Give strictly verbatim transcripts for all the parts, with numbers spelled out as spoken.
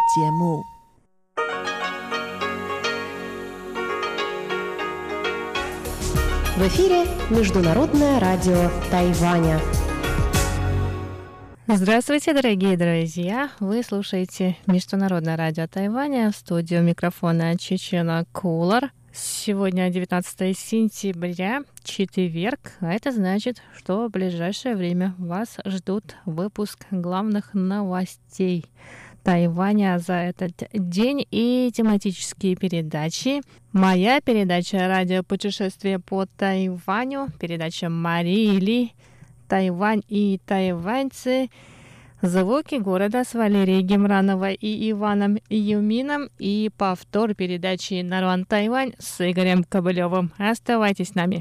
节目。 В эфире Международное радио Тайваня. Здравствуйте, дорогие друзья! Вы слушаете Международное радио Тайваня, в студию микрофона Чечена Кулар. Сегодня девятнадцатое сентября, четверг, а это значит, что в ближайшее время вас ждут выпуск главных новостей Тайваня за этот день и тематические передачи. Моя передача «Радиопутешествие по Тайваню», передача Марии Ли, «Тайвань и тайваньцы», «Звуки города» с Валерией Гемрановой и Иваном Юмином и повтор передачи «Наруан Тайвань» с Игорем Кобылевым. Оставайтесь с нами.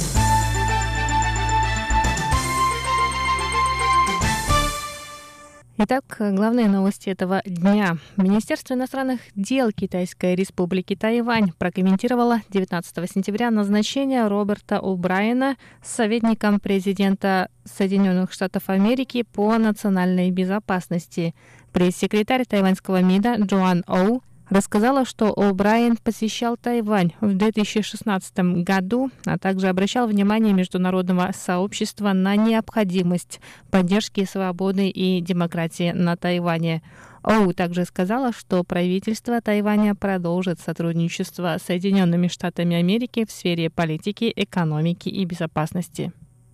Итак, главные новости этого дня. Министерство иностранных дел Китайской республики Тайвань прокомментировало девятнадцатого сентября назначение Роберта О'Брайена советником президента Соединенных Штатов Америки по национальной безопасности. Пресс-секретарь тайваньского МИДа Джоан Оу рассказала, что О'Брайен посещал Тайвань в две тысячи шестнадцатом году, а также обращал внимание международного сообщества на необходимость поддержки свободы и демократии на Тайване. Оу также сказала, что правительство Тайваня продолжит сотрудничество с Соединенными Штатами Америки в сфере политики, экономики и безопасности.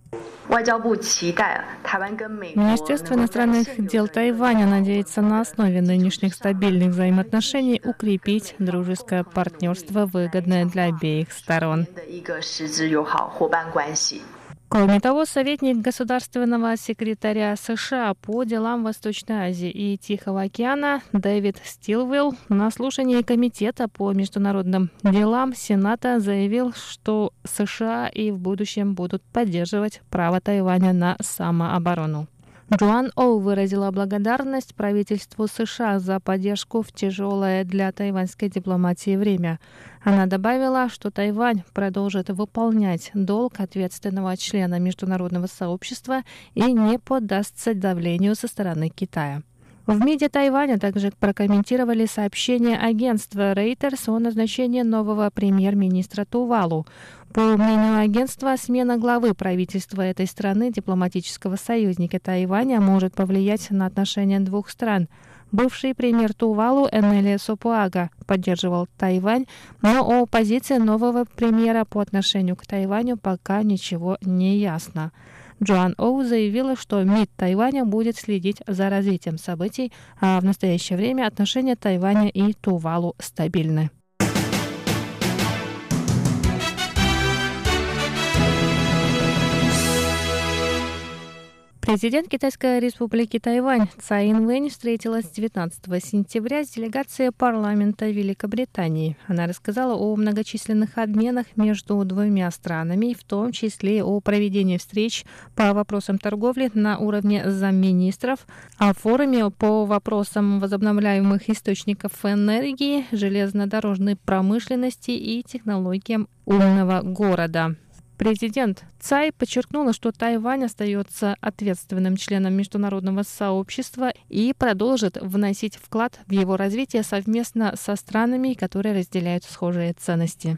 Министерство иностранных дел Тайваня надеется на основе нынешних стабильных взаимоотношений укрепить дружеское партнерство, выгодное для обеих сторон. Кроме того, советник государственного секретаря США по делам Восточной Азии и Тихого океана Дэвид Стилвелл на слушании Комитета по международным делам Сената заявил, что США и в будущем будут поддерживать право Тайваня на самооборону. Джоан Оу выразила благодарность правительству США за поддержку в тяжелое для тайваньской дипломатии время. Она добавила, что Тайвань продолжит выполнять долг ответственного члена международного сообщества и не поддастся давлению со стороны Китая. В МИДе Тайваня также прокомментировали сообщение агентства Reuters о назначении нового премьер-министра Тувалу. По мнению агентства, смена главы правительства этой страны, дипломатического союзника Тайваня, может повлиять на отношения двух стран. Бывший премьер Тувалу Энели Сопуага поддерживал Тайвань, но о позиции нового премьера по отношению к Тайваню пока ничего не ясно. Джоан Оу заявила, что МИД Тайваня будет следить за развитием событий, а в настоящее время отношения Тайваня и Тувалу стабильны. Президент Китайской республики Тайвань Цай Инвэнь встретилась девятнадцатого сентября с делегацией парламента Великобритании. Она рассказала о многочисленных обменах между двумя странами, в том числе о проведении встреч по вопросам торговли на уровне замминистров, о форуме по вопросам возобновляемых источников энергии, железнодорожной промышленности и технологиям умного города. Президент Цай подчеркнула, что Тайвань остается ответственным членом международного сообщества и продолжит вносить вклад в его развитие совместно со странами, которые разделяют схожие ценности.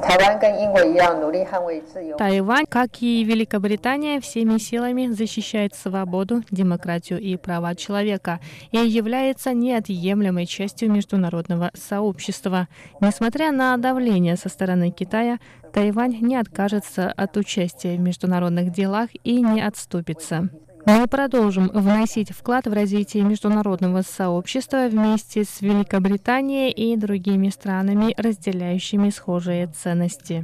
Тайвань, как и Великобритания, всеми силами защищает свободу, демократию и права человека и является неотъемлемой частью международного сообщества. Несмотря на давление со стороны Китая, Тайвань не откажется от участия в международных делах и не отступится. Мы продолжим вносить вклад в развитие международного сообщества вместе с Великобританией и другими странами, разделяющими схожие ценности.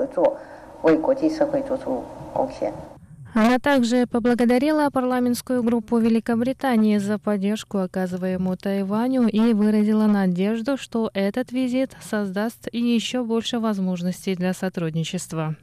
Она также поблагодарила парламентскую группу Великобритании за поддержку, оказываемую Тайваню, и выразила надежду, что этот визит создаст еще больше возможностей для сотрудничества.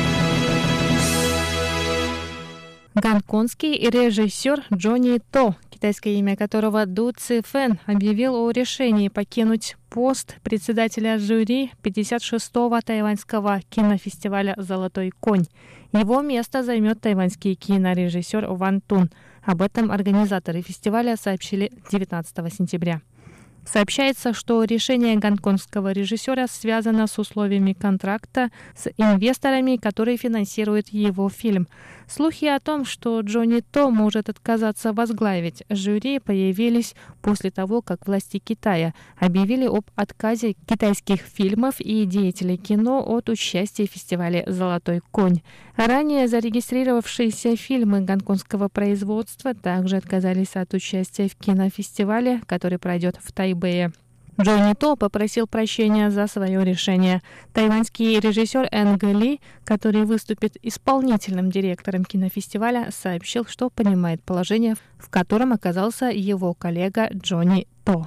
Гонконгский режиссер Джонни То, китайское имя которого Ду Цифэн, объявил о решении покинуть пост председателя жюри пятьдесят шестого тайваньского кинофестиваля «Золотой конь». Его место займет тайваньский кинорежиссер Ван Тун. Об этом организаторы фестиваля сообщили девятнадцатого сентября. Сообщается, что решение гонконгского режиссера связано с условиями контракта с инвесторами, которые финансируют его фильм. Слухи о том, что Джонни То может отказаться возглавить жюри, появились после того, как власти Китая объявили об отказе китайских фильмов и деятелей кино от участия в фестивале «Золотой конь». Ранее зарегистрировавшиеся фильмы гонконгского производства также отказались от участия в кинофестивале, который пройдет в Тайбэе. Джонни То попросил прощения за свое решение. Тайваньский режиссер Энг Ли, который выступит исполнительным директором кинофестиваля, сообщил, что понимает положение, в котором оказался его коллега Джонни То.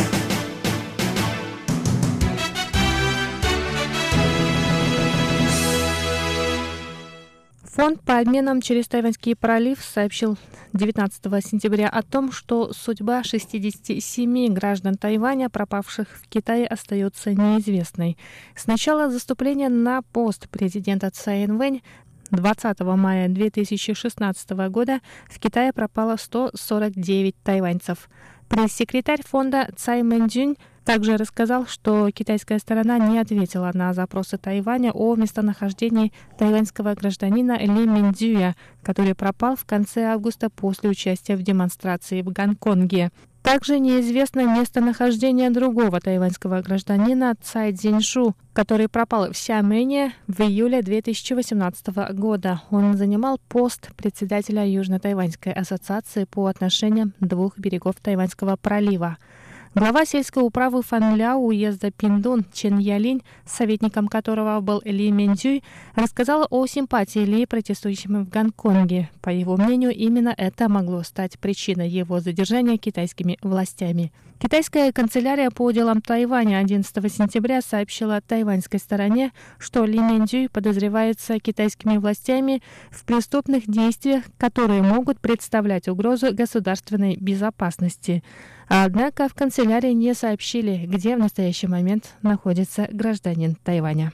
Фонд по обменам через Тайваньский пролив сообщил девятнадцатого сентября о том, что судьба шестидесяти семи граждан Тайваня, пропавших в Китае, остается неизвестной. С начала заступления на пост президента Цай Инвэнь двадцатого мая две тысячи шестнадцатого года в Китае пропало сто сорок девять тайваньцев. Пресс-секретарь фонда Цай Мэньцзюнь также рассказал, что китайская сторона не ответила на запросы Тайваня о местонахождении тайваньского гражданина Ли Минцзюя, который пропал в конце августа после участия в демонстрации в Гонконге. Также неизвестно местонахождение другого тайваньского гражданина Цай Цзиньшу, который пропал в Сямэне в июле две тысячи восемнадцатого года. Он занимал пост председателя Южно-Тайваньской ассоциации по отношениям двух берегов Тайваньского пролива. Глава сельской управы Фанляо уезда Пиндун Чен Ялинь, советником которого был Ли Минцзюй, рассказал о симпатии Ли протестующим в Гонконге. По его мнению, именно это могло стать причиной его задержания китайскими властями. Китайская канцелярия по делам Тайваня одиннадцатого сентября сообщила тайваньской стороне, что Ли Минцзюй подозревается китайскими властями в преступных действиях, которые могут представлять угрозу государственной безопасности. Однако в канцелярии не сообщили, где в настоящий момент находится гражданин Тайваня.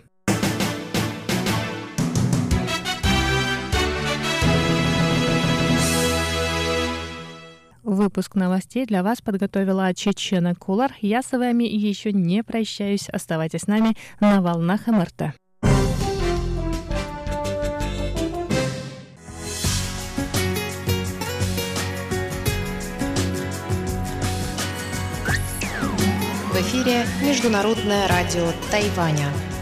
Выпуск новостей для вас подготовила Чечена Кулар. Я с вами еще не прощаюсь. Оставайтесь с нами на волнах эм эр тэ. В эфире Международное радио Тайваня.